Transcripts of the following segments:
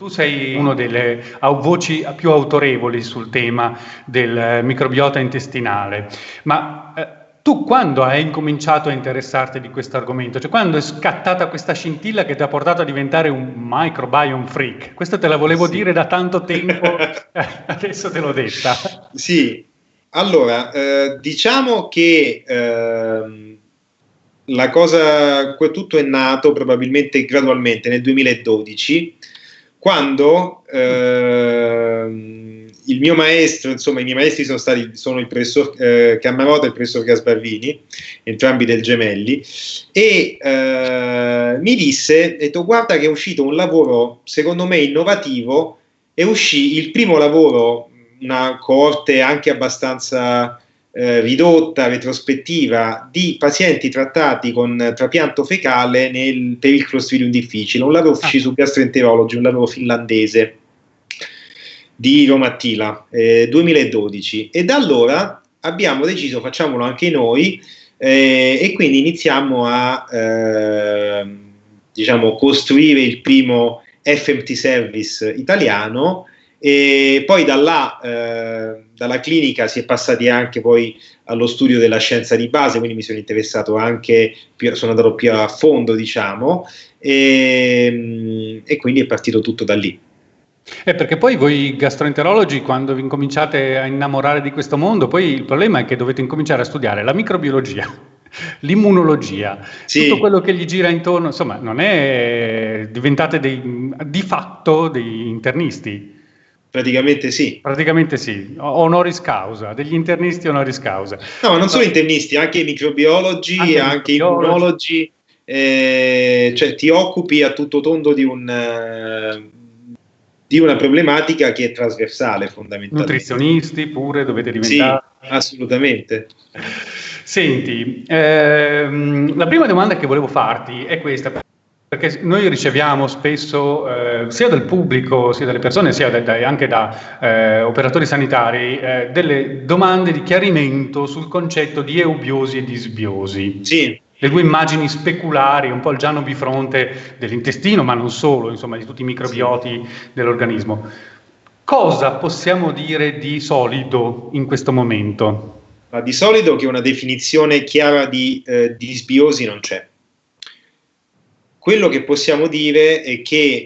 Tu sei uno delle voci più autorevoli sul tema del microbiota intestinale, ma tu quando hai incominciato a interessarti di questo argomento? Cioè quando è scattata questa scintilla che ti ha portato a diventare un microbiome freak? Questo te la volevo dire da tanto tempo, adesso te l'ho detta. Sì, allora, diciamo che la cosa, tutto è nato probabilmente gradualmente nel 2012, quando il mio maestro, insomma i miei maestri sono il professor Cammarota e il professor Gasbarrini, entrambi del Gemelli, e mi disse, detto, guarda che è uscito un lavoro secondo me innovativo, e uscì il primo lavoro, una coorte anche abbastanza ridotta, retrospettiva, di pazienti trattati con trapianto fecale per il Clostridium difficile, un lavoro uscì su Gastroenterology, un lavoro finlandese di Roma Attila, 2012, e da allora abbiamo deciso facciamolo anche noi, e quindi iniziamo a diciamo costruire il primo FMT service italiano, e poi da là, dalla clinica si è passati anche poi allo studio della scienza di base, quindi mi sono interessato anche, sono andato più a fondo, diciamo, e quindi è partito tutto da lì. Perché poi voi gastroenterologi, quando vi incominciate a innamorare di questo mondo, poi il problema è che dovete incominciare a studiare la microbiologia, l'immunologia, sì, tutto quello che gli gira intorno, insomma, non è, diventate di fatto dei internisti. Praticamente sì. Praticamente sì, honoris causa, degli internisti honoris causa. No, ma non solo internisti, anche i microbiologi, anche immunologi, cioè ti occupi a tutto tondo di una problematica che è trasversale fondamentalmente. Nutrizionisti pure dovete diventare. Sì, assolutamente. Senti, la prima domanda che volevo farti è questa, perché noi riceviamo spesso, sia dal pubblico, sia dalle persone, sia anche da operatori sanitari, delle domande di chiarimento sul concetto di eubiosi e disbiosi. Sì. Le due immagini speculari, un po' il Giano bifronte dell'intestino, ma non solo, insomma, di tutti i microbioti dell'organismo. Cosa possiamo dire di solido in questo momento? Ma di solido che una definizione chiara di disbiosi non c'è. Quello che possiamo dire è che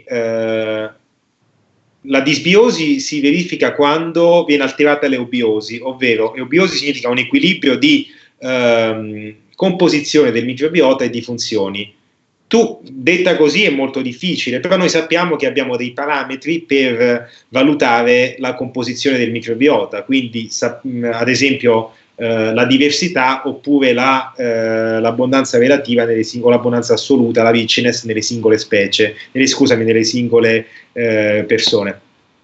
la disbiosi si verifica quando viene alterata l'eubiosi, ovvero eubiosi significa un equilibrio di composizione del microbiota e di funzioni. Detta così è molto difficile, però noi sappiamo che abbiamo dei parametri per valutare la composizione del microbiota, quindi ad esempio la diversità oppure l'abbondanza relativa o l'abbondanza assoluta, la richness nelle singole specie, nelle singole persone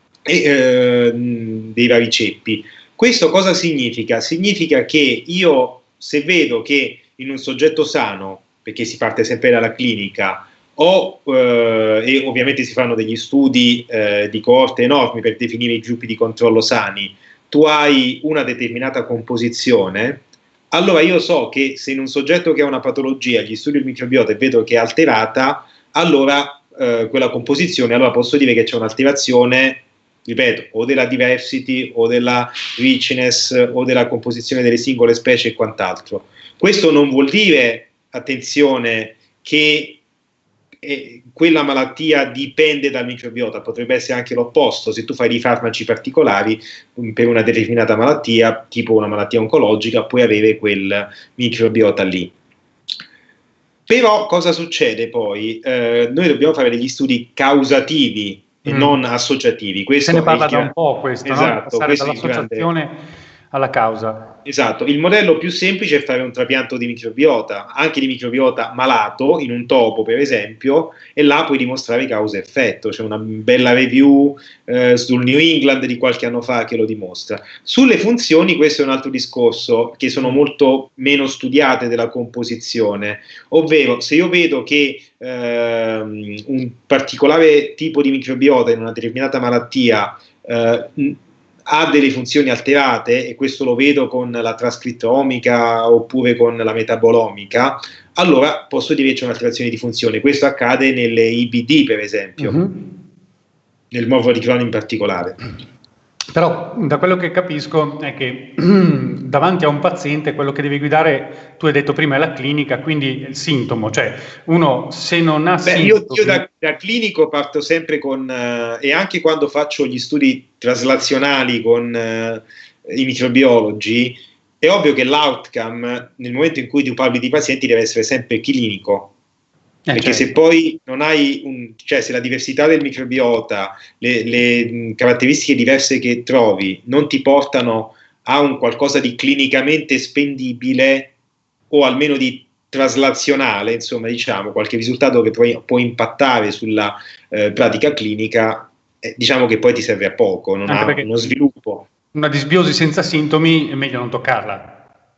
e dei vari ceppi. Questo cosa significa? Significa che io, se vedo che in un soggetto sano, perché si parte sempre dalla clinica, e ovviamente si fanno degli studi di coorte enormi per definire i gruppi di controllo sani, tu hai una determinata composizione, allora io so che se in un soggetto che ha una patologia gli studio il microbiota e vedo che è alterata, allora quella composizione, allora posso dire che c'è un'alterazione, ripeto, o della diversity o della richness o della composizione delle singole specie e quant'altro. Questo non vuol dire, attenzione, che quella malattia dipende dal microbiota, potrebbe essere anche l'opposto. Se tu fai dei farmaci particolari per una determinata malattia, tipo una malattia oncologica, puoi avere quel microbiota lì. Però cosa succede poi? Noi dobbiamo fare degli studi causativi e non associativi. Se ne parla da un po' questo, esatto, no? Passare dall'associazione alla causa. Esatto, il modello più semplice è fare un trapianto di microbiota, anche di microbiota malato, in un topo per esempio, e là puoi dimostrare causa e effetto. C'è una bella review sul New England di qualche anno fa che lo dimostra. Sulle funzioni questo è un altro discorso, che sono molto meno studiate della composizione, ovvero se io vedo che un particolare tipo di microbiota in una determinata malattia ha delle funzioni alterate, e questo lo vedo con la trascrittomica oppure con la metabolomica, allora posso dire che c'è un'alterazione di funzione. Questo accade nelle IBD per esempio. nel morbo di Crohn in particolare. Però da quello che capisco è che davanti a un paziente quello che devi guidare, tu hai detto prima, è la clinica, quindi il sintomo, cioè uno se non ha sintomi... Io da clinico parto sempre con, e anche quando faccio gli studi traslazionali con i microbiologi, è ovvio che l'outcome nel momento in cui tu parli di pazienti deve essere sempre clinico. Perché certo. se poi non hai cioè se la diversità del microbiota, le caratteristiche diverse che trovi non ti portano a un qualcosa di clinicamente spendibile o almeno di traslazionale, insomma, diciamo, qualche risultato che può impattare sulla pratica clinica, diciamo che poi ti serve a poco, non ha uno sviluppo. Una disbiosi senza sintomi è meglio non toccarla.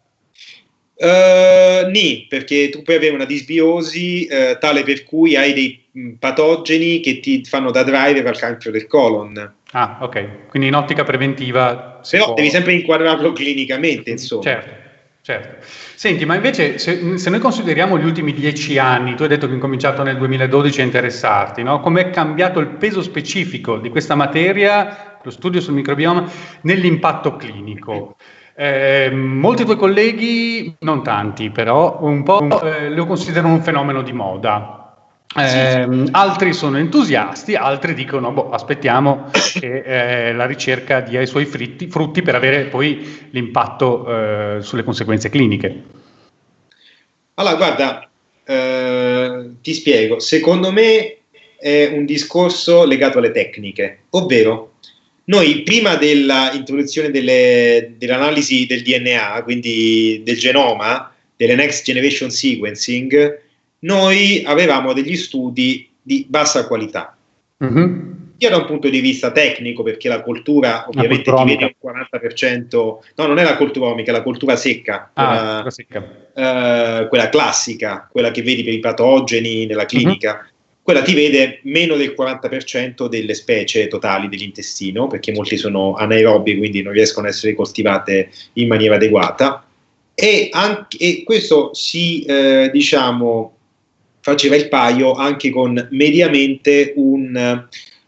Nì, perché tu puoi avere una disbiosi tale per cui hai dei patogeni che ti fanno da driver al cancro del colon. Ah, ok, quindi in ottica preventiva però devi sempre inquadrarlo clinicamente, insomma. Certo. Senti, ma invece se noi consideriamo gli ultimi 10 anni, tu hai detto che hai incominciato nel 2012 a interessarti, no? Come è cambiato il peso specifico di questa materia, lo studio sul microbioma, nell'impatto clinico? Molti tuoi colleghi, non tanti però, un po' lo considerano un fenomeno di moda. Altri sono entusiasti, altri dicono aspettiamo che la ricerca dia i suoi frutti per avere poi l'impatto sulle conseguenze cliniche. Allora guarda, ti spiego, secondo me è un discorso legato alle tecniche, ovvero noi prima dell'introduzione dell'analisi del DNA, quindi del genoma, delle next generation sequencing, noi avevamo degli studi di bassa qualità. Sia da un punto di vista tecnico, perché la coltura ovviamente ti vede un 40%, no, non è la coltura omica, è la coltura secca, quella classica, quella che vedi per i patogeni nella clinica. Quella ti vede meno del 40% delle specie totali dell'intestino, perché molti sono anaerobi, quindi non riescono a essere coltivate in maniera adeguata, e questo si, diciamo, faceva il paio anche con mediamente una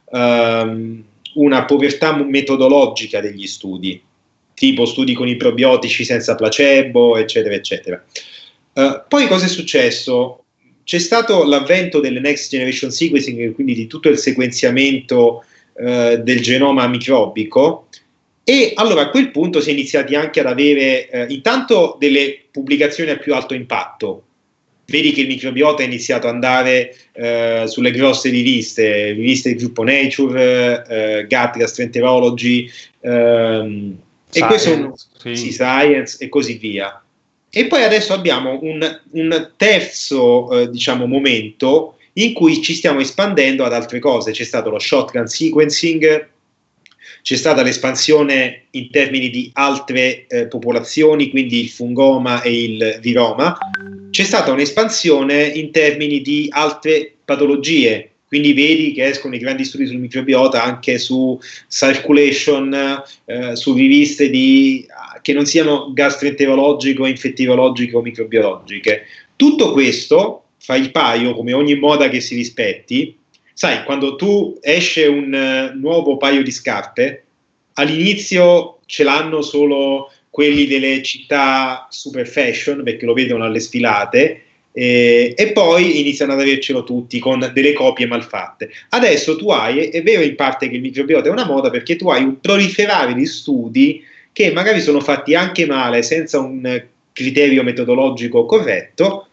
povertà metodologica degli studi, tipo studi con i probiotici senza placebo, eccetera, eccetera. Poi cosa è successo? C'è stato l'avvento delle next generation sequencing, quindi di tutto il sequenziamento del genoma microbico, e allora a quel punto si è iniziati anche ad avere intanto delle pubblicazioni a più alto impatto. Vedi che il microbiota ha iniziato ad andare sulle grosse riviste del gruppo Nature, Gut Gastroenterology, e questo Science e così via. E poi adesso abbiamo un terzo diciamo, momento in cui ci stiamo espandendo ad altre cose. C'è stato lo shotgun sequencing, c'è stata l'espansione in termini di altre popolazioni, quindi il fungoma e il viroma. C'è stata un'espansione in termini di altre patologie, quindi vedi che escono i grandi studi sul microbiota anche su circulation, su riviste che non siano gastroenterologiche, infettivologiche o microbiologiche. Tutto questo fa il paio, come ogni moda che si rispetti. Sai, quando tu esce un nuovo paio di scarpe, all'inizio ce l'hanno solo quelli delle città super fashion, perché lo vedono alle sfilate, e poi iniziano ad avercelo tutti con delle copie malfatte. Adesso tu hai, è vero in parte che il microbiota è una moda, perché tu hai un proliferare di studi che magari sono fatti anche male, senza un criterio metodologico corretto,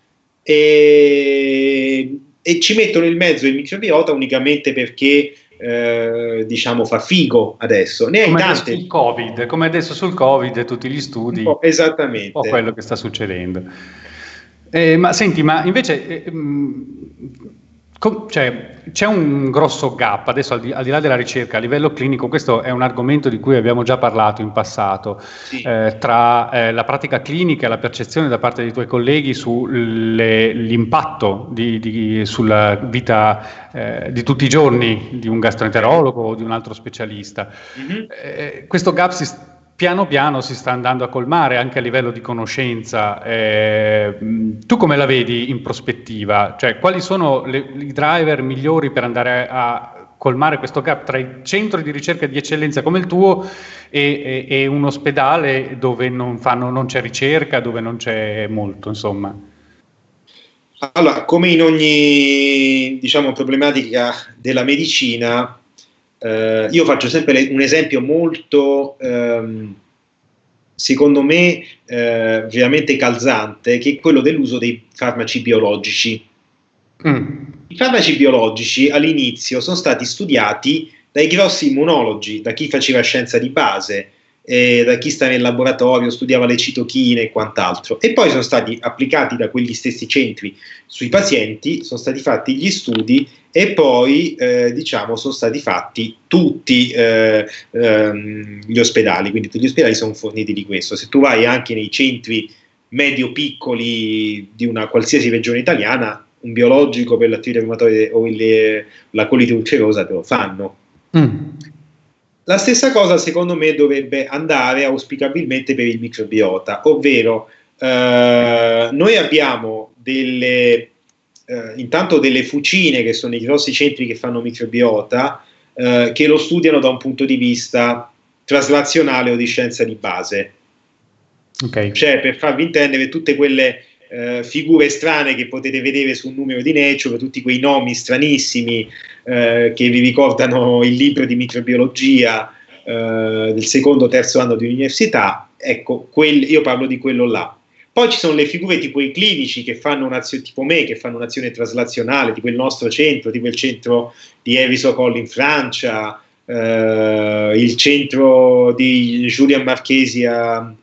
e ci mettono in mezzo il microbiota unicamente perché diciamo fa figo adesso. Ne hai tante. Sul COVID, come adesso sul Covid, tutti gli studi. Esattamente. Un po' quello che sta succedendo. Ma senti, ma invece c'è un grosso gap adesso al di là della ricerca a livello clinico. Questo è un argomento di cui abbiamo già parlato in passato, sì. Tra la pratica clinica e la percezione da parte dei tuoi colleghi sull'impatto sulla vita di tutti i giorni di un gastroenterologo o di un altro specialista. Questo gap piano piano si sta andando a colmare anche a livello di conoscenza. Tu come la vedi in prospettiva? Cioè, quali sono i driver migliori per andare a colmare questo gap tra il centro di ricerca di eccellenza come il tuo e un ospedale dove non c'è ricerca, dove non c'è molto, insomma? Allora, come in ogni, diciamo, problematica della medicina, io faccio sempre un esempio molto, secondo me, veramente calzante, che è quello dell'uso dei farmaci biologici. I farmaci biologici all'inizio sono stati studiati dai grossi immunologi, da chi faceva scienza di base, da chi sta nel laboratorio, studiava le citochine e quant'altro, e poi sono stati applicati da quegli stessi centri sui pazienti, sono stati fatti gli studi e poi diciamo sono stati fatti tutti gli ospedali, quindi tutti gli ospedali sono forniti di questo. Se tu vai anche nei centri medio-piccoli di una qualsiasi regione italiana, un biologico per l'artrite reumatoide o la colite ulcerosa te lo fanno. La stessa cosa secondo me dovrebbe andare auspicabilmente per il microbiota, ovvero noi abbiamo intanto delle fucine, che sono i grossi centri che fanno microbiota, che lo studiano da un punto di vista traslazionale o di scienza di base. Okay. Cioè, per farvi intendere, tutte quelle figure strane che potete vedere sul numero di Nature, tutti quei nomi stranissimi che vi ricordano il libro di microbiologia del secondo o terzo anno di università, ecco, io parlo di quello là. Poi ci sono le figure tipo i clinici che fanno un'azione, tipo me, che fanno un'azione traslazionale, tipo il nostro centro, tipo il centro di Henry-Sokol in Francia, il centro di Julian Marchesi a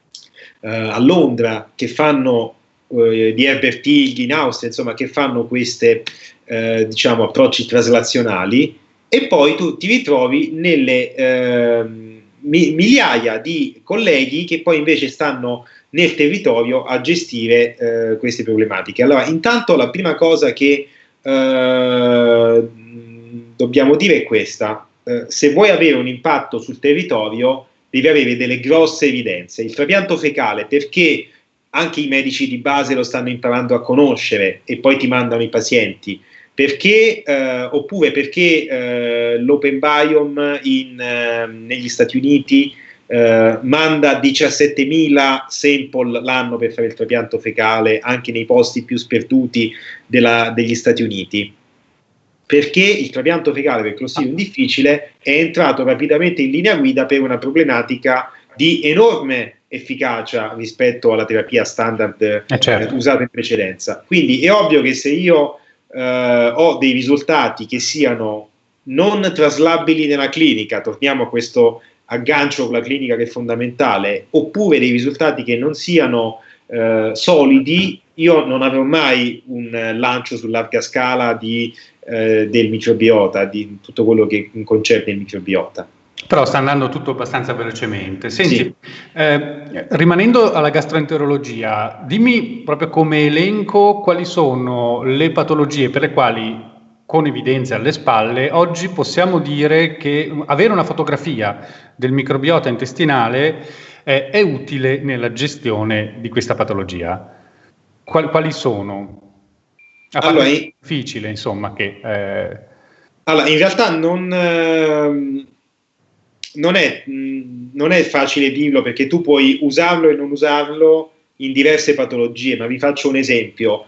Londra, che fanno di Herbert Ilg in Austria, insomma, che fanno questi diciamo approcci traslazionali, e poi tu ti ritrovi nelle migliaia di colleghi che poi invece stanno nel territorio a gestire queste problematiche. Allora, intanto la prima cosa che dobbiamo dire è questa: se vuoi avere un impatto sul territorio devi avere delle grosse evidenze. Il trapianto fecale, perché anche i medici di base lo stanno imparando a conoscere e poi ti mandano i pazienti, perché oppure perché l'Open Biome negli Stati Uniti manda 17.000 sample l'anno per fare il trapianto fecale anche nei posti più sperduti degli Stati Uniti, perché il trapianto fecale per Clostridium difficile è entrato rapidamente in linea guida per una problematica di enorme efficacia rispetto alla terapia standard usata in precedenza. Quindi è ovvio che se io ho dei risultati che siano non traslabili nella clinica, torniamo a questo aggancio con la clinica che è fondamentale, oppure dei risultati che non siano solidi, io non avrò mai un lancio su larga scala del microbiota, di tutto quello che concerne il microbiota. Però sta andando tutto abbastanza velocemente. Senti, sì. Rimanendo alla gastroenterologia, dimmi proprio come elenco quali sono le patologie per le quali, con evidenze alle spalle, oggi possiamo dire che avere una fotografia del microbiota intestinale è utile nella gestione di questa patologia. Quali sono? Allora, è difficile, insomma, che... Allora, in realtà non è facile dirlo, perché tu puoi usarlo e non usarlo in diverse patologie, ma vi faccio un esempio.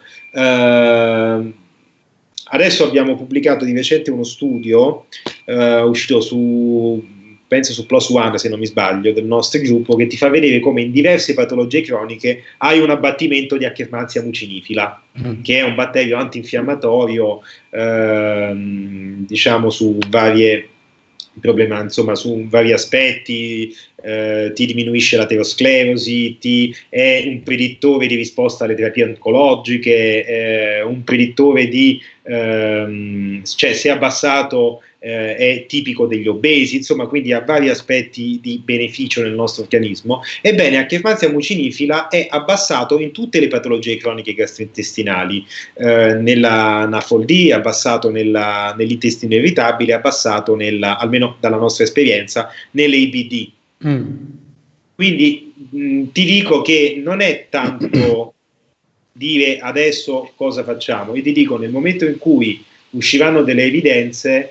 Adesso abbiamo pubblicato di recente uno studio uscito penso su PLOS ONE, se non mi sbaglio, del nostro gruppo, che ti fa vedere come in diverse patologie croniche hai un abbattimento di Akkermansia mucinifila, che è un batterio antinfiammatorio, diciamo su varie problema, insomma, su vari aspetti, ti diminuisce l'aterosclerosi, è un predittore di risposta alle terapie oncologiche, è un predittore di, cioè se abbassato è tipico degli obesi, insomma, quindi ha vari aspetti di beneficio nel nostro organismo. Ebbene, Akkermansia mucinifila è abbassato in tutte le patologie croniche gastrointestinali, nella NAFLD è abbassato nell'intestino irritabile, è abbassato almeno dalla nostra esperienza, nelle IBD. Quindi ti dico che non è tanto dire adesso cosa facciamo, io ti dico nel momento in cui usciranno delle evidenze,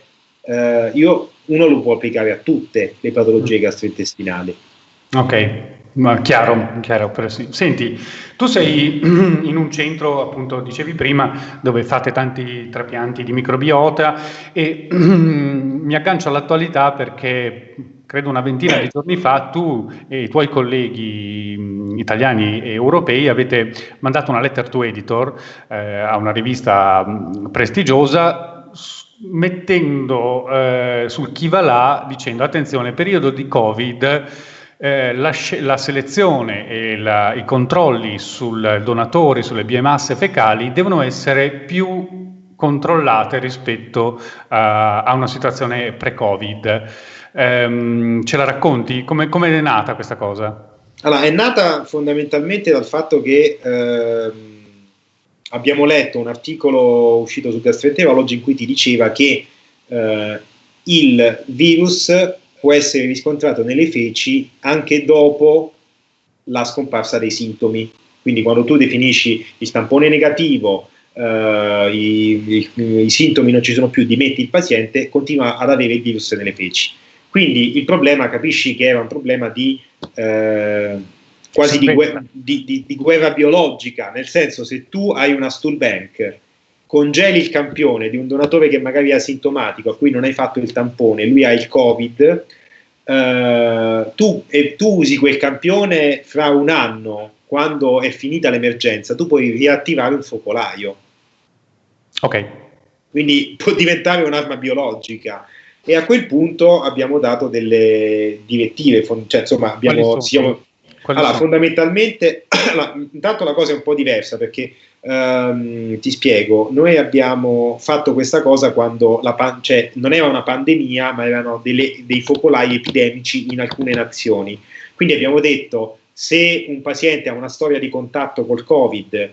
uno lo può applicare a tutte le patologie gastrointestinali. Ok, ma chiaro. Senti, tu sei in un centro, appunto, dicevi prima, dove fate tanti trapianti di microbiota e mi aggancio all'attualità perché credo una ventina di giorni fa tu e i tuoi colleghi italiani e europei avete mandato una letter to editor a una rivista prestigiosa mettendo sul chi va là dicendo attenzione, periodo di Covid, la selezione e i controlli sul donatore, sulle biomasse fecali devono essere più controllate rispetto a una situazione pre-Covid. Ce la racconti? Come è nata questa cosa? Allora, è nata fondamentalmente dal fatto che abbiamo letto un articolo uscito su Gastroenterology in cui ti diceva che il virus può essere riscontrato nelle feci anche dopo la scomparsa dei sintomi. Quindi quando tu definisci il tampone negativo, i sintomi non ci sono più, dimetti il paziente, continua ad avere il virus nelle feci. Quindi il problema, capisci che era un problema di quasi di guerra biologica, nel senso, se tu hai una stool bank, congeli il campione di un donatore che magari è asintomatico, a cui non hai fatto il tampone, lui ha il Covid, tu usi quel campione fra un anno, quando è finita l'emergenza, tu puoi riattivare un focolaio. Ok. Quindi può diventare un'arma biologica. E a quel punto abbiamo dato delle direttive, cioè insomma fondamentalmente, intanto la cosa è un po' diversa perché ti spiego, noi abbiamo fatto questa cosa quando non era una pandemia, ma erano dei focolai epidemici in alcune nazioni. Quindi abbiamo detto, se un paziente ha una storia di contatto col Covid,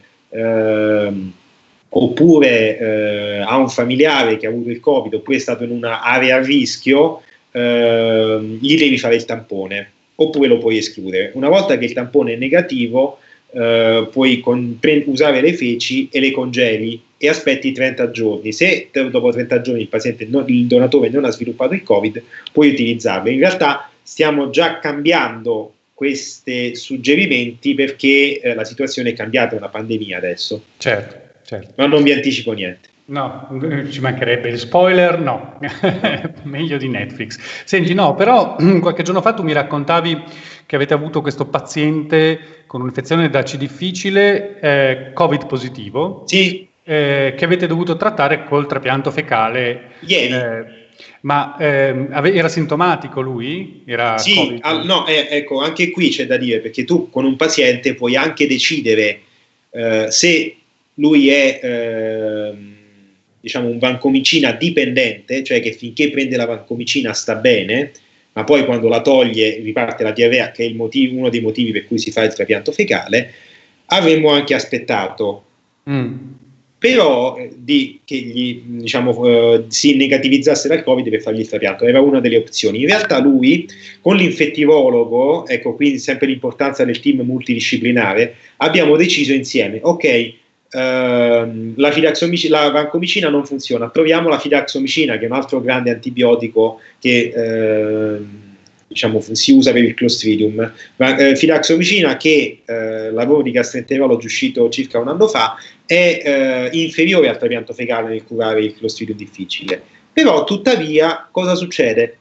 oppure ha un familiare che ha avuto il Covid, oppure è stato in un'area a rischio, gli devi fare il tampone, oppure lo puoi escludere. Una volta che il tampone è negativo, puoi usare le feci e le congeli e aspetti 30 giorni. Se dopo 30 giorni il donatore non ha sviluppato il Covid, puoi utilizzarle. In realtà stiamo già cambiando questi suggerimenti perché la situazione è cambiata, è una pandemia adesso. Certo. Ma non vi anticipo niente. No, ci mancherebbe il spoiler, no, meglio di Netflix. Senti, no, però qualche giorno fa tu mi raccontavi che avete avuto questo paziente con un'infezione da C difficile, Covid positivo, sì, che avete dovuto trattare col trapianto fecale. Ieri. Ma era sintomatico lui? Era sì, no, ecco, anche qui c'è da dire, perché tu con un paziente puoi anche decidere se lui è diciamo un vancomicina dipendente, cioè che finché prende la vancomicina sta bene, ma poi quando la toglie riparte la diarrea, che è uno dei motivi per cui si fa il trapianto fecale. Avremmo anche aspettato però che si negativizzasse dal Covid per fargli il trapianto, era una delle opzioni. In realtà lui, con l'infettivologo, ecco qui sempre l'importanza del team multidisciplinare, abbiamo deciso insieme, ok, la vancomicina non funziona, troviamo la fidaxomicina, che è un altro grande antibiotico che si usa per il Clostridium. Fidaxomicina, che lavoro di gastroenterologo uscito circa un anno fa, è inferiore al trapianto fecale nel curare il Clostridium difficile. Però tuttavia cosa succede?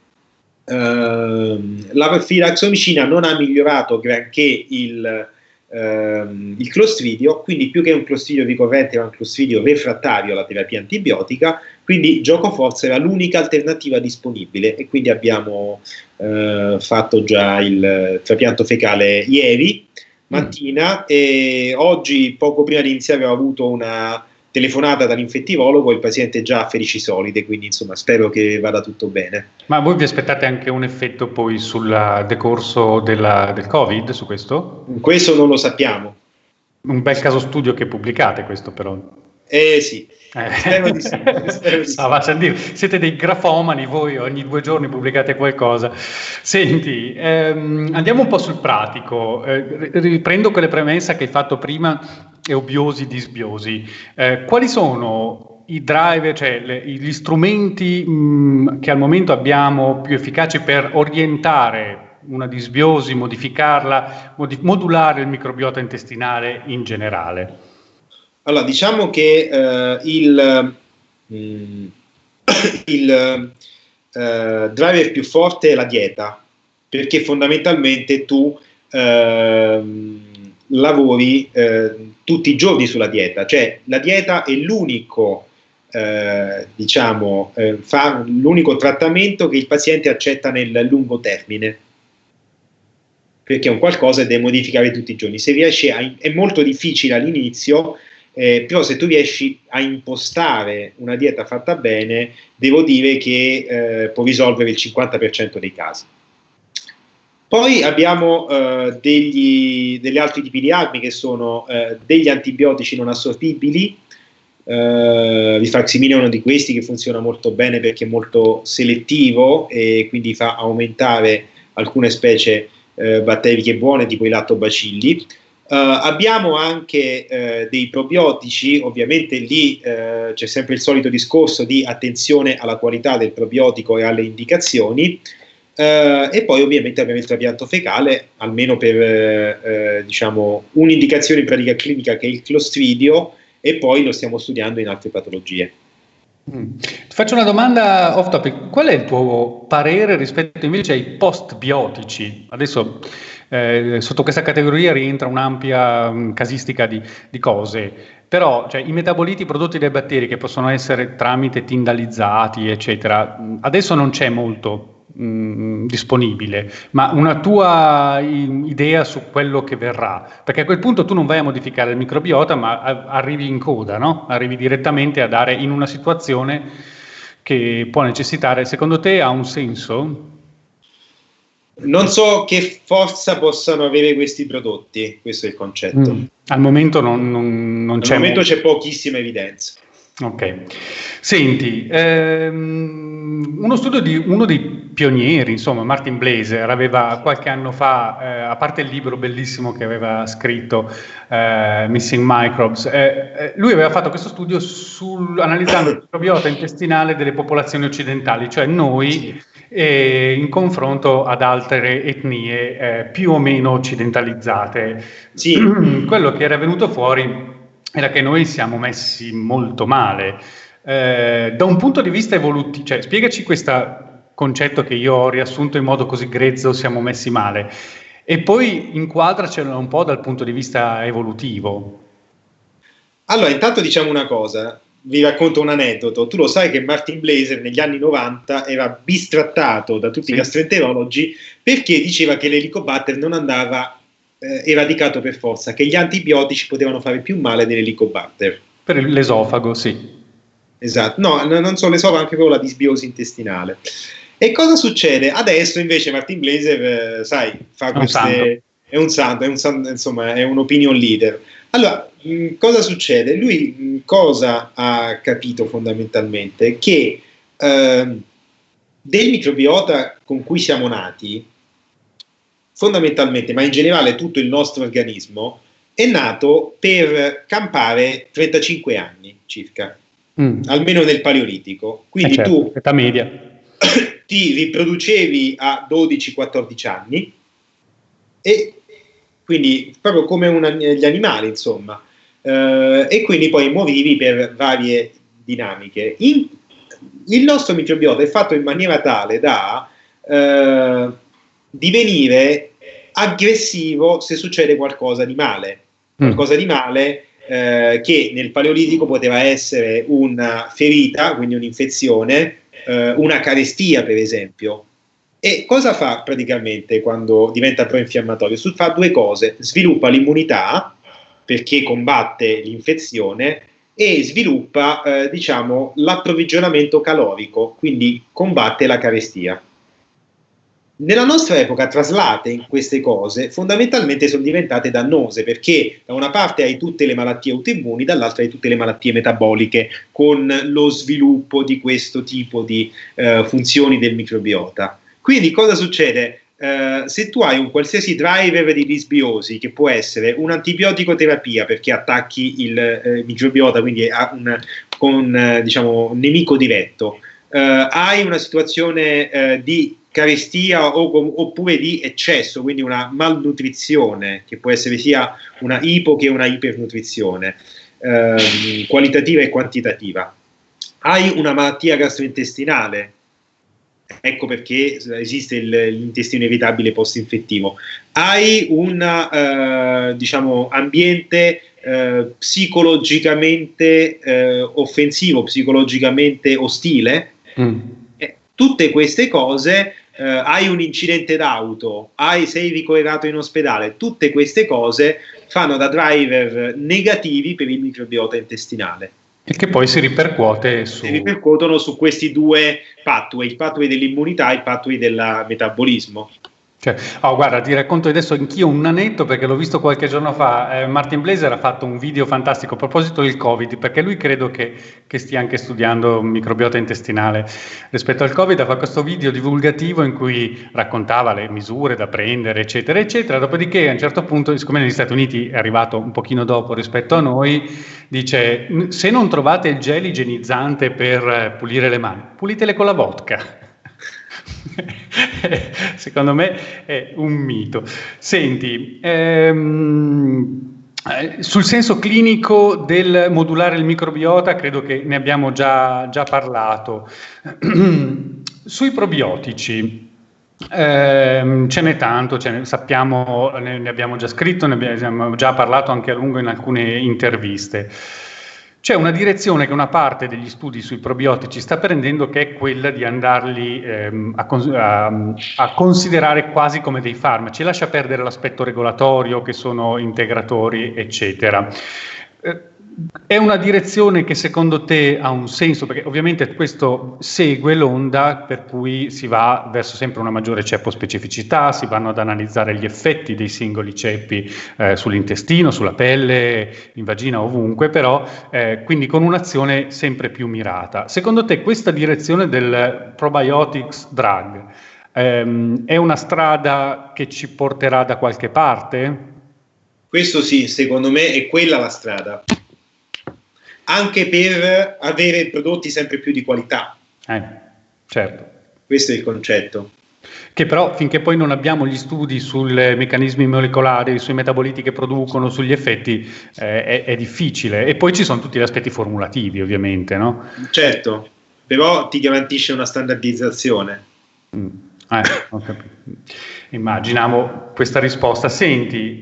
La fidaxomicina non ha migliorato granché il Clostridio, quindi più che un Clostridio ricorrente era un Clostridio refrattario alla terapia antibiotica, quindi giocoforza era l'unica alternativa disponibile e quindi abbiamo fatto già il trapianto fecale ieri mattina e oggi, poco prima di iniziare, ho avuto una telefonata dall'infettivologo, il paziente è già a felici solide, quindi insomma spero che vada tutto bene. Ma voi vi aspettate anche un effetto poi sul decorso del Covid su questo? Questo non lo sappiamo. Un bel caso studio che pubblicate questo però. Sì, spero di sì. Siete dei grafomani, voi ogni 2 giorni pubblicate qualcosa. Senti, andiamo un po' sul pratico, riprendo quelle premesse che hai fatto prima, eubiosi, disbiosi. Quali sono i driver, cioè gli strumenti che al momento abbiamo più efficaci per orientare una disbiosi, modificarla, modulare il microbiota intestinale in generale? Allora, diciamo che il driver più forte è la dieta, perché fondamentalmente tu lavori tutti i giorni sulla dieta, cioè la dieta è l'unico l'unico trattamento che il paziente accetta nel lungo termine, perché è un qualcosa che deve modificare tutti i giorni. Se riesci è molto difficile all'inizio, però se tu riesci a impostare una dieta fatta bene, devo dire che può risolvere il 50% dei casi. Poi abbiamo degli altri tipi di armi, che sono degli antibiotici non assorbibili. Rifaximin è uno di questi, che funziona molto bene perché è molto selettivo e quindi fa aumentare alcune specie batteriche buone, tipo i lattobacilli. Abbiamo anche dei probiotici. Ovviamente lì c'è sempre il solito discorso di attenzione alla qualità del probiotico e alle indicazioni. E poi ovviamente abbiamo il trapianto fecale, almeno per un'indicazione in pratica clinica, che è il Clostridio, e poi lo stiamo studiando in altre patologie. Ti faccio una domanda off topic: qual è il tuo parere rispetto invece ai postbiotici? Adesso sotto questa categoria rientra un'ampia casistica di cose, però cioè, i metaboliti prodotti dai batteri, che possono essere tramite tindalizzati eccetera, adesso non c'è molto disponibile, ma una tua idea su quello che verrà? Perché a quel punto tu non vai a modificare il microbiota, ma arrivi in coda, no? Arrivi direttamente a dare in una situazione che può necessitare. Secondo te ha un senso? Non so che forza possano avere questi prodotti, questo è il concetto. Al momento non c'è. Al momento c'è pochissima evidenza. Ok, senti, uno studio di uno dei pionieri, insomma, Martin Blaser, aveva qualche anno fa, a parte il libro bellissimo che aveva scritto, Missing Microbes, lui aveva fatto questo studio analizzando il microbiota intestinale delle popolazioni occidentali, cioè noi, in confronto ad altre etnie più o meno occidentalizzate. Sì. Quello che era venuto fuori era che noi siamo messi molto male. Da un punto di vista evolutivo, cioè spiegaci questo concetto che io ho riassunto in modo così grezzo, siamo messi male, e poi inquadracelo un po' dal punto di vista evolutivo. Allora, intanto diciamo una cosa, vi racconto un aneddoto. Tu lo sai che Martin Blaser negli anni 90 era bistrattato da tutti i gastroenterologi perché diceva che l'Helicobacter non andava eradicato per forza, che gli antibiotici potevano fare più male dell'Helicobacter. Per l'esofago, sì. Esatto, no, non solo l'esofago, anche proprio la disbiosi intestinale. E cosa succede? Adesso invece Martin Blaser, sai, fa queste... È un santo, insomma, è un opinion leader. Allora, cosa succede? Lui cosa ha capito fondamentalmente? Che del microbiota con cui siamo nati, fondamentalmente, ma in generale tutto il nostro organismo, è nato per campare 35 anni circa, almeno nel Paleolitico. Quindi certo, tu età media ti riproducevi a 12-14 anni, e quindi proprio come gli animali, insomma, e quindi poi morivi per varie dinamiche. Il nostro microbiota è fatto in maniera tale da divenire aggressivo se succede qualcosa di male, che nel Paleolitico poteva essere una ferita, quindi un'infezione, una carestia per esempio. E cosa fa praticamente quando diventa proinfiammatorio? Fa due cose: sviluppa l'immunità perché combatte l'infezione, e sviluppa l'approvvigionamento calorico, quindi combatte la carestia. Nella nostra epoca traslate in queste cose fondamentalmente sono diventate dannose, perché da una parte hai tutte le malattie autoimmuni, dall'altra hai tutte le malattie metaboliche, con lo sviluppo di questo tipo di funzioni del microbiota. Quindi cosa succede? se tu hai un qualsiasi driver di disbiosi, che può essere un'antibiotico-terapia perché attacchi il microbiota, quindi con diciamo, un nemico diretto, hai una situazione di carestia oppure di eccesso, quindi una malnutrizione, che può essere sia una ipo che una ipernutrizione, qualitativa e quantitativa. Hai una malattia gastrointestinale, ecco perché esiste l'intestino irritabile post-infettivo. Hai un diciamo, ambiente psicologicamente offensivo, psicologicamente ostile. Tutte queste cose, hai un incidente d'auto, sei ricoverato in ospedale, tutte queste cose fanno da driver negativi per il microbiota intestinale. E che poi si ripercuote si ripercuotono su questi due pathway, il pathway dell'immunità e il pathway del metabolismo. Cioè, guarda, ti racconto adesso anch'io un aneddoto perché l'ho visto qualche giorno fa. Martin Blaser ha fatto un video fantastico a proposito del Covid, perché lui credo che stia anche studiando microbiota intestinale rispetto al Covid. Ha fatto questo video divulgativo in cui raccontava le misure da prendere, eccetera, eccetera. Dopodiché, a un certo punto, siccome negli Stati Uniti è arrivato un pochino dopo rispetto a noi, dice: se non trovate il gel igienizzante per pulire le mani, pulitele con la vodka. Secondo me è un mito. Senti, sul senso clinico del modulare il microbiota credo che ne abbiamo già parlato. Sui probiotici ce n'è tanto, sappiamo, ne abbiamo già scritto, ne abbiamo già parlato anche a lungo in alcune interviste. C'è una direzione che una parte degli studi sui probiotici sta prendendo, che è quella di andarli a considerare quasi come dei farmaci. Lascia perdere l'aspetto regolatorio, che sono integratori, eccetera. È una direzione che secondo te ha un senso? Perché ovviamente questo segue l'onda per cui si va verso sempre una maggiore ceppospecificità, si vanno ad analizzare gli effetti dei singoli ceppi sull'intestino, sulla pelle, in vagina, ovunque, però quindi con un'azione sempre più mirata. Secondo te questa direzione del probiotics drug è una strada che ci porterà da qualche parte? Questo sì, secondo me è quella la strada. Anche per avere prodotti sempre più di qualità. Certo. Questo è il concetto. Che però finché poi non abbiamo gli studi sui meccanismi molecolari, sui metaboliti che producono, sugli effetti, è difficile. E poi ci sono tutti gli aspetti formulativi, ovviamente, no? Certo, però ti garantisce una standardizzazione. Ho capito. Immaginavo questa risposta. Senti,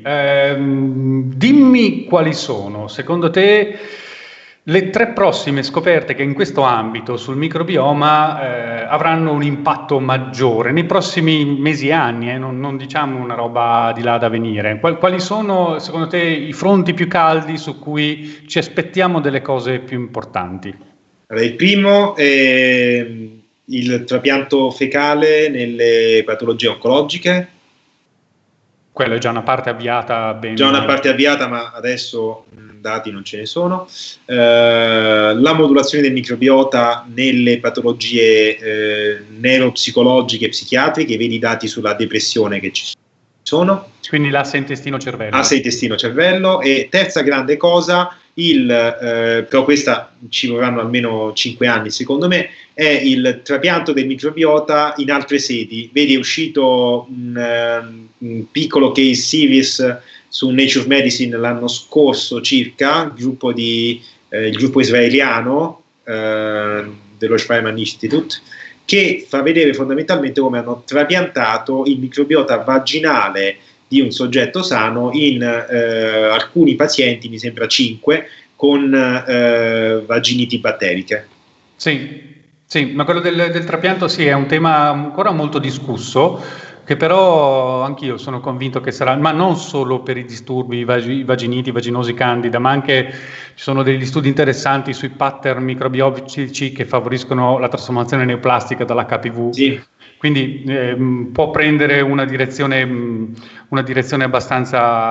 dimmi quali sono, secondo te, le 3 prossime scoperte che in questo ambito sul microbioma avranno un impatto maggiore nei prossimi mesi e anni, non diciamo una roba di là da venire. Quali sono secondo te i fronti più caldi su cui ci aspettiamo delle cose più importanti? Allora, il primo è il trapianto fecale nelle patologie oncologiche. Quello è già una parte avviata bene. Già una parte avviata, ma adesso dati non ce ne sono. La modulazione del microbiota nelle patologie neuropsicologiche e psichiatriche, vedi i dati sulla depressione che ci sono. Quindi l'asse intestino-cervello. Asse intestino-cervello. E terza grande cosa, però questa ci vorranno almeno 5 anni secondo me, è il trapianto del microbiota in altre sedi. Vedi, è uscito un piccolo case series su Nature Medicine l'anno scorso circa, il gruppo israeliano dello Schweiman Institute, che fa vedere fondamentalmente come hanno trapiantato il microbiota vaginale di un soggetto sano in alcuni pazienti, mi sembra 5, con vaginiti batteriche. Sì, ma quello del trapianto sì, è un tema ancora molto discusso, che però anch'io sono convinto che sarà, ma non solo per i disturbi vaginiti, vaginosi candida, ma anche ci sono degli studi interessanti sui pattern microbiotici che favoriscono la trasformazione neoplastica dall'HPV. Sì. Quindi può prendere una direzione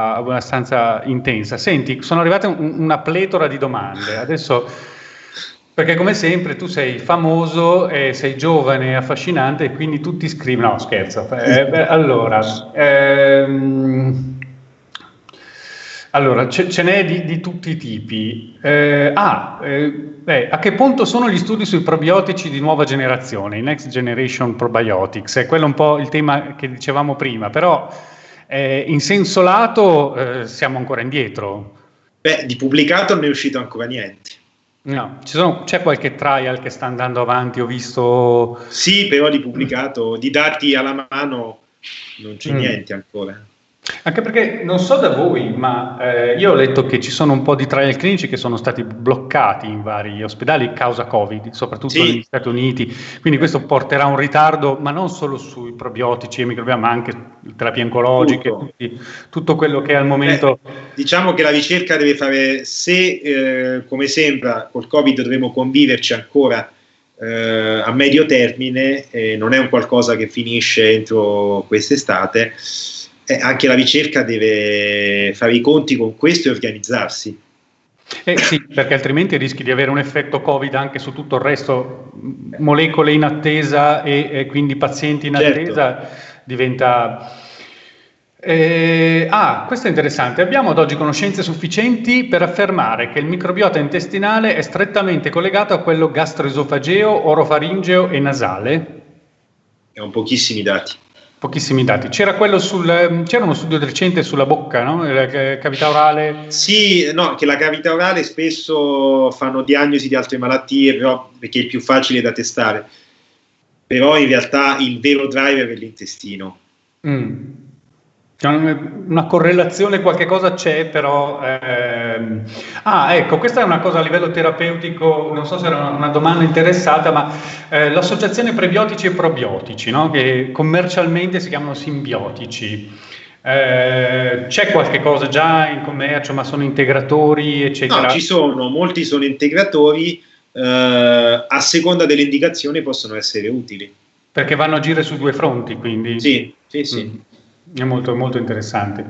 abbastanza intensa. Senti, sono arrivate una pletora di domande. Adesso Perché come sempre tu sei famoso, sei giovane e affascinante e quindi tutti scrivono, no scherzo, allora ce n'è di tutti i tipi. A che punto sono gli studi sui probiotici di nuova generazione, i Next Generation Probiotics? È quello un po' il tema che dicevamo prima, però in senso lato siamo ancora indietro. Beh, di pubblicato non è uscito ancora niente. No, c'è qualche trial che sta andando avanti, ho visto. Sì, però di pubblicato, di dati alla mano non c'è niente ancora. Anche perché non so da voi, ma io ho letto che ci sono un po' di trial clinici che sono stati bloccati in vari ospedali causa Covid, soprattutto negli Stati Uniti, quindi questo porterà un ritardo, ma non solo sui probiotici e microbioma, ma anche terapie oncologiche, tutto quello che è al momento. Diciamo che la ricerca deve fare, se come sembra col Covid dovremo conviverci ancora a medio termine, non è un qualcosa che finisce entro quest'estate. Anche la ricerca deve fare i conti con questo e organizzarsi. Sì, perché altrimenti rischi di avere un effetto Covid anche su tutto il resto, molecole in attesa e quindi pazienti in attesa, diventa. Questo è interessante. Abbiamo ad oggi conoscenze sufficienti per affermare che il microbiota intestinale è strettamente collegato a quello gastroesofageo, orofaringeo e nasale? Ho pochissimi dati. Pochissimi dati. C'era uno studio recente sulla bocca, no? La cavità orale. Sì, no, che la cavità orale spesso fanno diagnosi di altre malattie, però, perché è più facile da testare. Però in realtà il vero driver è l'intestino. Una correlazione, qualche cosa c'è, però. Ecco, questa è una cosa a livello terapeutico, non so se era una domanda interessata, ma l'associazione prebiotici e probiotici, no? Che commercialmente si chiamano simbiotici. C'è qualche cosa già in commercio, ma sono integratori, eccetera? No, ci sono, molti sono integratori, a seconda dell'indicazione possono essere utili. Perché vanno a agire su due fronti, quindi. Sì. È molto, molto interessante.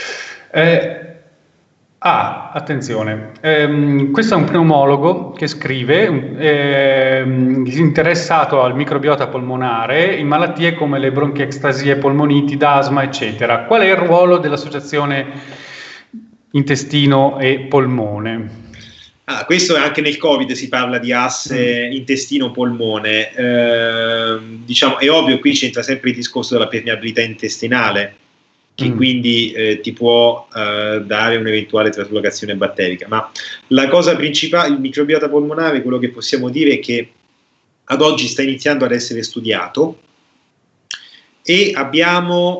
Attenzione, questo è un pneumologo che scrive, interessato al microbiota polmonare in malattie come le bronchiectasie, polmoniti, d'asma, eccetera. Qual è il ruolo dell'associazione intestino e polmone? Questo anche nel Covid si parla di asse intestino-polmone. Diciamo, è ovvio, qui c'entra sempre il discorso della permeabilità intestinale, che quindi ti può dare un'eventuale traslocazione batterica. Ma la cosa principale, il microbiota polmonare, quello che possiamo dire è che ad oggi sta iniziando ad essere studiato e abbiamo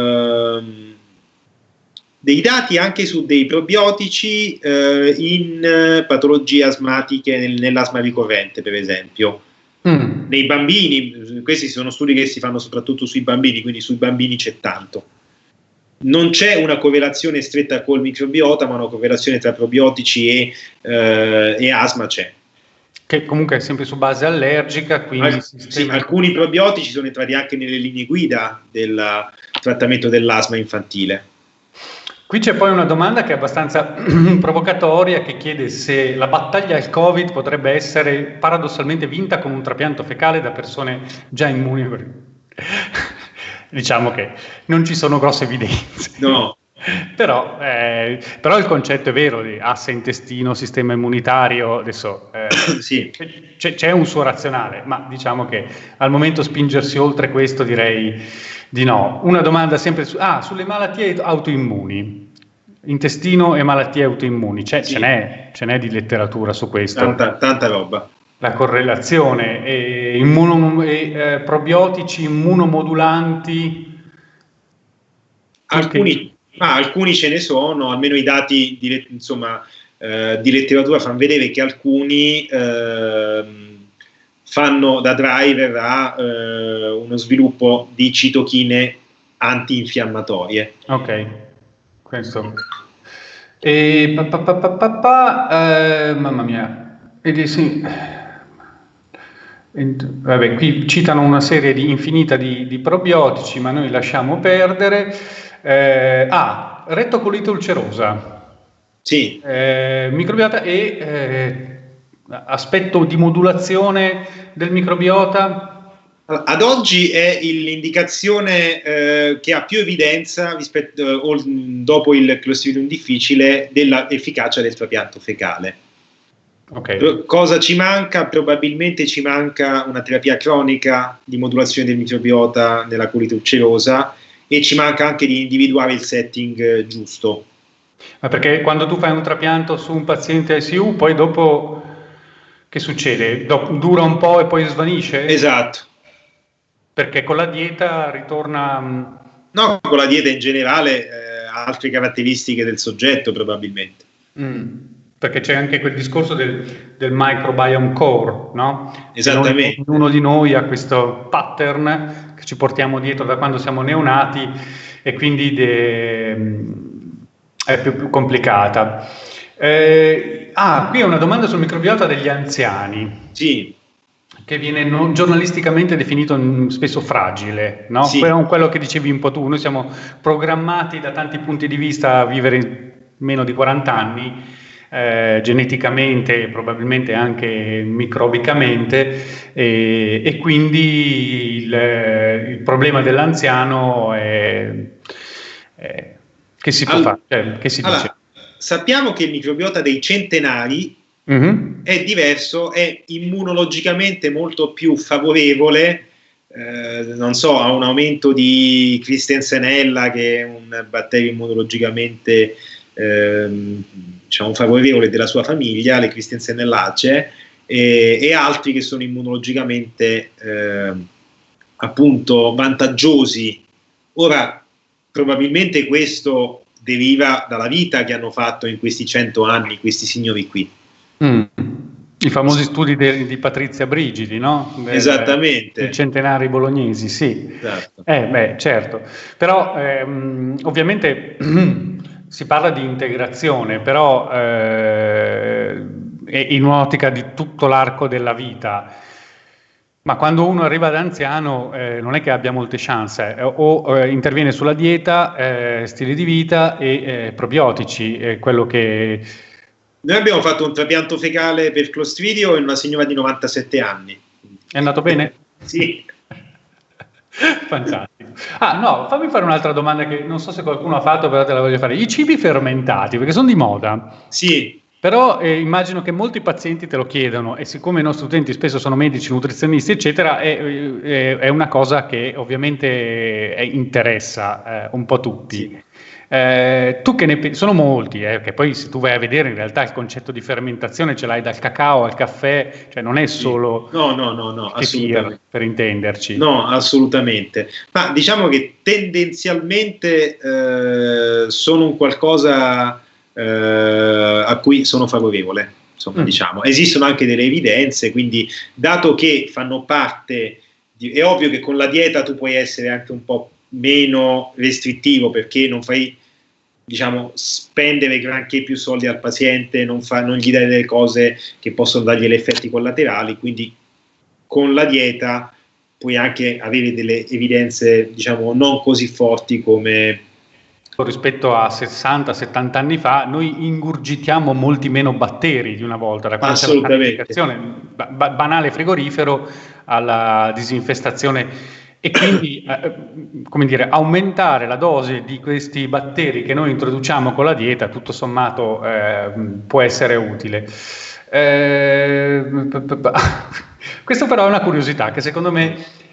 dei dati anche su dei probiotici in patologie asmatiche, nell'asma ricorrente, per esempio. Nei bambini, questi sono studi che si fanno soprattutto sui bambini, quindi sui bambini c'è tanto. Non c'è una correlazione stretta col microbiota, ma una correlazione tra probiotici e asma c'è. Che comunque è sempre su base allergica, quindi alcuni probiotici sono entrati anche nelle linee guida del trattamento dell'asma infantile. Qui c'è poi una domanda che è abbastanza provocatoria, che chiede se la battaglia al Covid potrebbe essere paradossalmente vinta con un trapianto fecale da persone già immuni. Diciamo che non ci sono grosse evidenze. No. Però il concetto è vero di asse intestino, sistema immunitario, adesso sì. c'è un suo razionale, ma diciamo che al momento spingersi oltre questo direi di no. Una domanda sempre sulle malattie autoimmuni, intestino e malattie autoimmuni, ce n'è di letteratura su questo. Tanta roba. La correlazione probiotici immunomodulanti. Alcuni ce ne sono, almeno i dati di letteratura fanno vedere che alcuni fanno da driver a uno sviluppo di citochine antinfiammatorie. Ok, questo. Mamma mia. Vabbè, qui citano una serie infinita di probiotici, ma noi lasciamo perdere. Rettocolite ulcerosa. Sì. Microbiota e aspetto di modulazione del microbiota? Ad oggi è l'indicazione che ha più evidenza dopo il Clostridium difficile dell'efficacia del trapianto fecale. Okay. Cosa ci manca? Probabilmente ci manca una terapia cronica di modulazione del microbiota nella colite ulcerosa, e ci manca anche di individuare il setting giusto. Ma perché quando tu fai un trapianto su un paziente ICU, poi dopo che succede? Dura un po' e poi svanisce? Esatto. Perché con la dieta ritorna... No, con la dieta in generale, altre caratteristiche del soggetto probabilmente. Perché c'è anche quel discorso del microbiome core, no? Esattamente. Ognuno di noi ha questo pattern che ci portiamo dietro da quando siamo neonati, e quindi è più complicata. Qui è una domanda sul microbiota degli anziani. Sì. Che viene giornalisticamente definito spesso fragile, no? Sì. Quello che dicevi un po' tu. Noi siamo programmati da tanti punti di vista a vivere meno di 40 anni, geneticamente, probabilmente anche microbicamente, e quindi il problema dell'anziano è che si può fare? Che si dice? Sappiamo che il microbiota dei centenari è diverso, è immunologicamente molto più favorevole, non so, a un aumento di Christensenella, che è un batterio immunologicamente diciamo favorevole della sua famiglia, le Christensenellacee, e altri che sono immunologicamente appunto vantaggiosi. Ora, probabilmente questo deriva dalla vita che hanno fatto in questi 100 anni questi signori qui. I famosi studi di Patrizia Brigidi, no? Esattamente. I centenari bolognesi, sì. Esatto. Certo. Però ovviamente si parla di integrazione, però in un'ottica di tutto l'arco della vita. Ma quando uno arriva ad anziano non è che abbia molte chance, o interviene sulla dieta, stile di vita e probiotici, è quello che... Noi abbiamo fatto un trapianto fecale per Clostridio in una signora di 97 anni. È andato bene? Sì. Fantastico. No, fammi fare un'altra domanda che non so se qualcuno ha fatto, però te la voglio fare. I cibi fermentati, perché sono di moda. Sì. Però immagino che molti pazienti te lo chiedano, e siccome i nostri utenti spesso sono medici, nutrizionisti, eccetera, è una cosa che ovviamente interessa un po' tutti. Sì. Tu che ne pensi? Sono molti, che poi se tu vai a vedere in realtà il concetto di fermentazione ce l'hai dal cacao al caffè, cioè non è solo no, assolutamente. Per intenderci. No, assolutamente. Ma diciamo che tendenzialmente sono un qualcosa a cui sono favorevole. Insomma, diciamo, esistono anche delle evidenze, quindi dato che fanno parte è ovvio che con la dieta tu puoi essere anche un po' meno restrittivo, perché non fai, diciamo, spendere granché più soldi al paziente, non gli dai delle cose che possono dargli gli effetti collaterali, quindi con la dieta puoi anche avere delle evidenze, diciamo, non così forti come rispetto a 60-70 anni fa. Noi ingurgitiamo molti meno batteri di una volta, da quando c'è la panificazione, banale frigorifero alla disinfestazione, e quindi come dire, aumentare la dose di questi batteri che noi introduciamo con la dieta, tutto sommato può essere utile. Questo però è una curiosità che secondo me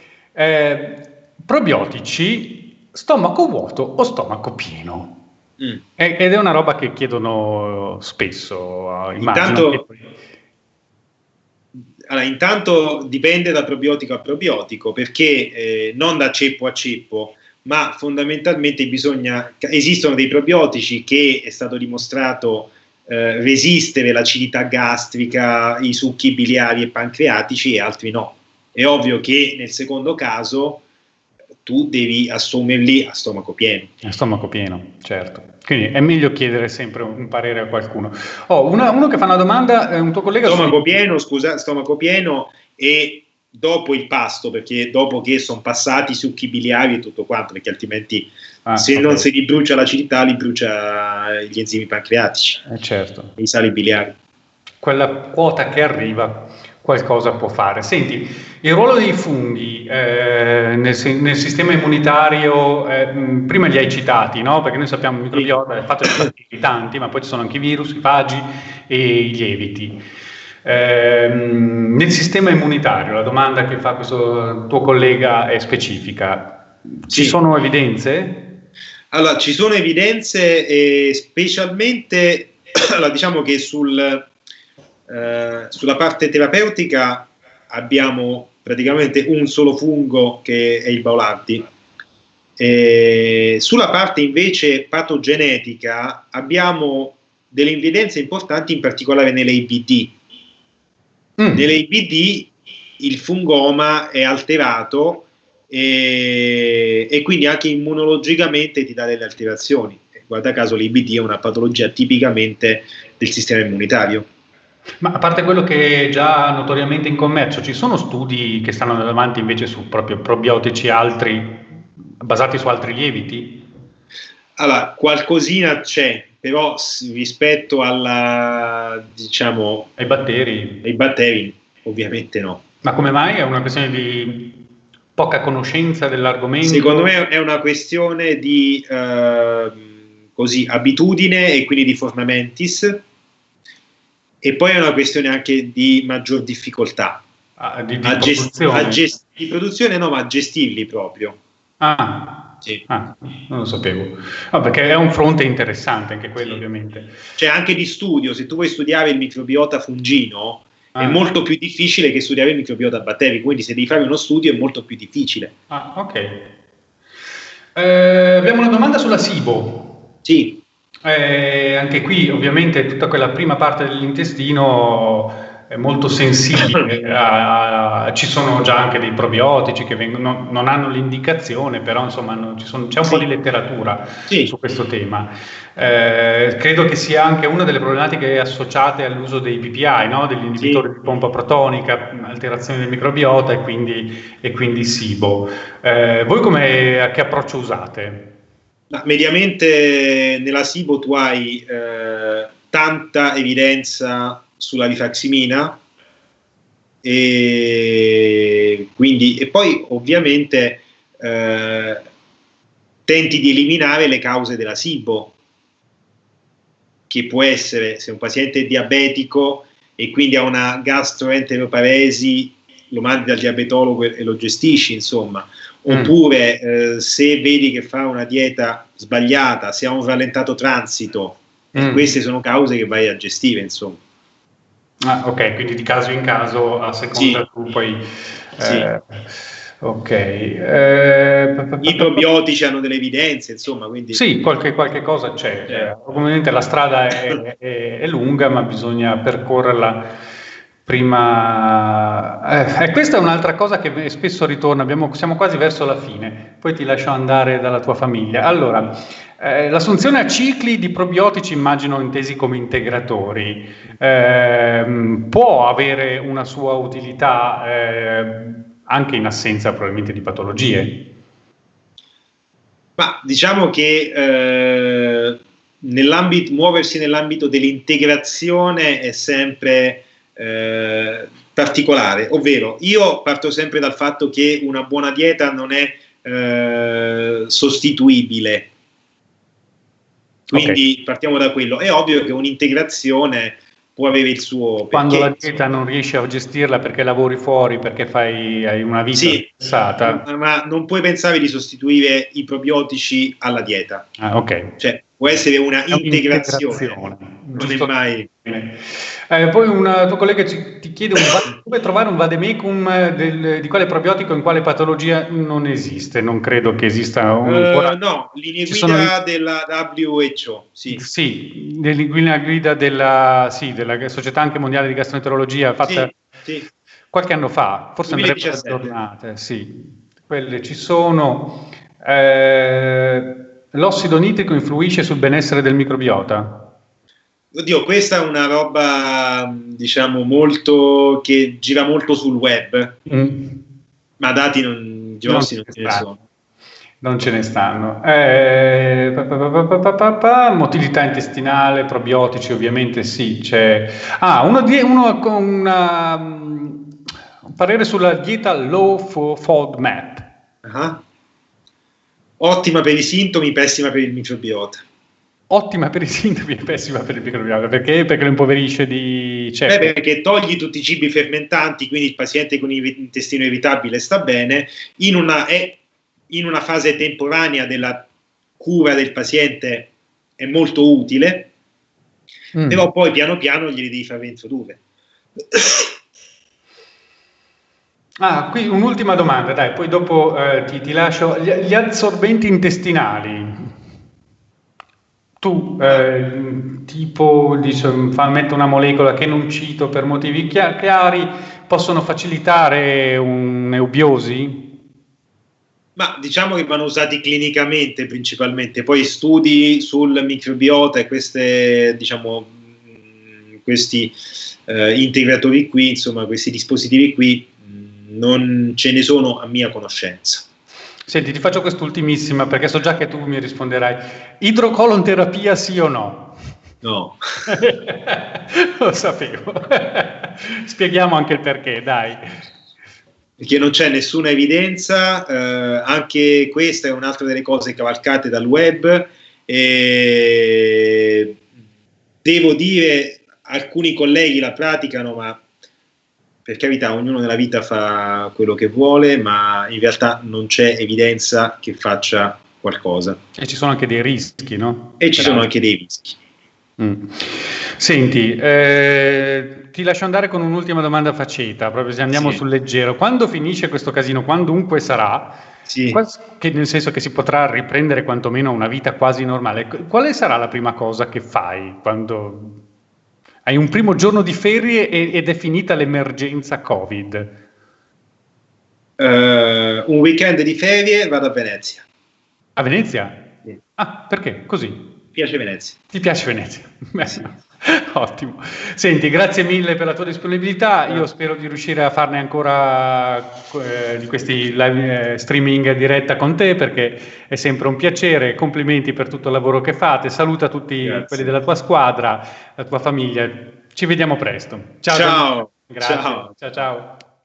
probiotici, stomaco vuoto o stomaco pieno? Ed è una roba che chiedono spesso, immagino. Intanto dipende da probiotico a probiotico, perché non da ceppo a ceppo, ma fondamentalmente esistono dei probiotici che è stato dimostrato resistere l'acidità gastrica, i succhi biliari e pancreatici, e altri no. È ovvio che nel secondo caso tu devi assumerli a stomaco pieno. A stomaco pieno, certo. Quindi è meglio chiedere sempre un parere a qualcuno. Uno che fa una domanda, un tuo collega... Stomaco pieno e dopo il pasto, perché dopo che sono passati i succhi biliari e tutto quanto, perché altrimenti non se li brucia l'acidità, li brucia gli enzimi pancreatici. Certo. I sali biliari. quella quota che arriva qualcosa può fare. Senti, il ruolo dei funghi nel sistema immunitario, prima li hai citati, no? Perché noi sappiamo il microbiota è fatto di tanti, ma poi ci sono anche i virus, i fagi e i lieviti. Nel sistema immunitario, la domanda che fa questo tuo collega è specifica. Ci sono evidenze? Allora, ci sono evidenze, specialmente allora, diciamo che sulla parte terapeutica abbiamo praticamente un solo fungo che è il Baulardi. Sulla parte invece patogenetica abbiamo delle evidenze importanti, in particolare nelle IBD. Nelle IBD il fungoma è alterato e quindi anche immunologicamente ti dà delle alterazioni. Guarda caso l'IBD è una patologia tipicamente del sistema immunitario. Ma a parte quello che è già notoriamente in commercio, ci sono studi che stanno andando avanti invece su proprio probiotici altri, basati su altri lieviti? Allora, qualcosina c'è, però rispetto alla, diciamo, ai batteri ovviamente no. Ma come mai? È una questione di poca conoscenza dell'argomento? Secondo me è una questione di abitudine e quindi di forma mentis, e poi è una questione anche di maggior difficoltà di produzione. Di produzione, no, ma a gestirli proprio. Sì. Non lo sapevo. No, perché è un fronte interessante anche quello, ovviamente. Cioè anche di studio, se tu vuoi studiare il microbiota fungino è molto più difficile che studiare il microbiota batterico, quindi se devi fare uno studio è molto più difficile. Ok. Abbiamo una domanda sulla SIBO. Sì. Anche qui ovviamente tutta quella prima parte dell'intestino è molto sensibile, ci sono già anche dei probiotici che non hanno l'indicazione, però insomma c'è un po' di letteratura su questo tema. Credo che sia anche una delle problematiche associate all'uso dei PPI, no? Degli inibitori di pompa protonica, alterazione del microbiota e quindi SIBO. Voi che approccio usate? Mediamente nella SIBO tu hai tanta evidenza sulla rifaximina e poi ovviamente tenti di eliminare le cause della SIBO, che può essere, se un paziente è diabetico e quindi ha una gastroenteroparesi, lo mandi dal diabetologo e lo gestisci, insomma. Oppure se vedi che fa una dieta sbagliata, se ha un rallentato transito, queste sono cause che vai a gestire, insomma. Ok, quindi di caso in caso, a seconda tu poi... Ok. I probiotici hanno delle evidenze, insomma, quindi... Sì, qualche cosa c'è. Ovviamente la strada è lunga, ma bisogna percorrerla prima. Questa è un'altra cosa che spesso ritorna, siamo quasi verso la fine, poi ti lascio andare dalla tua famiglia. Allora, l'assunzione a cicli di probiotici, immagino intesi come integratori, può avere una sua utilità anche in assenza probabilmente di patologie? Ma diciamo che muoversi nell'ambito dell'integrazione è sempre particolare, ovvero io parto sempre dal fatto che una buona dieta non è sostituibile, quindi partiamo da quello. È ovvio che un'integrazione può avere il suo perché. Quando la dieta non riesci a gestirla perché lavori fuori, perché hai una vita stressata. Ma non puoi pensare di sostituire i probiotici alla dieta. Cioè, può essere una integrazione. Non è mai... Poi un tuo collega ti chiede come trovare un vademecum di quale probiotico in quale patologia. Non esiste, non credo che esista no, linee guida della WHO, sì, linea guida della Società anche mondiale di gastroenterologia fatta qualche anno fa, forse 2017. andrebbero aggiornate, quelle ci sono. L'ossido nitrico influisce sul benessere del microbiota? Oddio, questa è una roba, diciamo, che gira molto sul web, ma dati grossi non ce ne sono. Non ce ne stanno. Motilità intestinale, probiotici, ovviamente sì. C'è. Uno con un parere sulla dieta low FODMAP. Ah. Ottima per i sintomi, pessima per il microbiota. Ottima per i sintomi e pessima per il microbiota. Perché? Perché lo impoverisce di perché togli tutti i cibi fermentanti, quindi il paziente con intestino irritabile sta bene, in una fase temporanea della cura del paziente è molto utile, però poi piano piano glieli devi far reintrodurre. Qui un'ultima domanda, dai, poi dopo ti lascio. Gli assorbenti intestinali. Tu, tipo, metto una molecola che non cito per motivi chiari, possono facilitare un'eubiosi? Ma diciamo che vanno usati clinicamente principalmente, poi studi sul microbiota e questi integratori qui, insomma, questi dispositivi qui, non ce ne sono a mia conoscenza. Senti, ti faccio quest'ultimissima perché so già che tu mi risponderai. Idrocolonterapia sì o no? No. Lo sapevo. Spieghiamo anche il perché, dai. Perché non c'è nessuna evidenza, anche questa è un'altra delle cose cavalcate dal web, e devo dire, alcuni colleghi la praticano, ma per carità, ognuno nella vita fa quello che vuole, ma in realtà non c'è evidenza che faccia qualcosa. E ci sono anche dei rischi, no? E ci sono anche dei rischi. Senti, ti lascio andare con un'ultima domanda faceta, proprio se andiamo sul leggero. Quando finisce questo casino, quandunque sarà, che nel senso che si potrà riprendere quantomeno una vita quasi normale, quale sarà la prima cosa che fai quando hai un primo giorno di ferie ed è finita l'emergenza Covid? Un weekend di ferie, vado a Venezia. A Venezia? Sì. Perché? Così? Piace Venezia. Ti piace Venezia? Sì. Ottimo. Senti, grazie mille per la tua disponibilità. Io spero di riuscire a farne ancora di questi live streaming diretta con te, perché è sempre un piacere. Complimenti per tutto il lavoro che fate. Saluta tutti quelli della tua squadra, la tua famiglia. Ci vediamo presto. Ciao. Grazie. Ciao.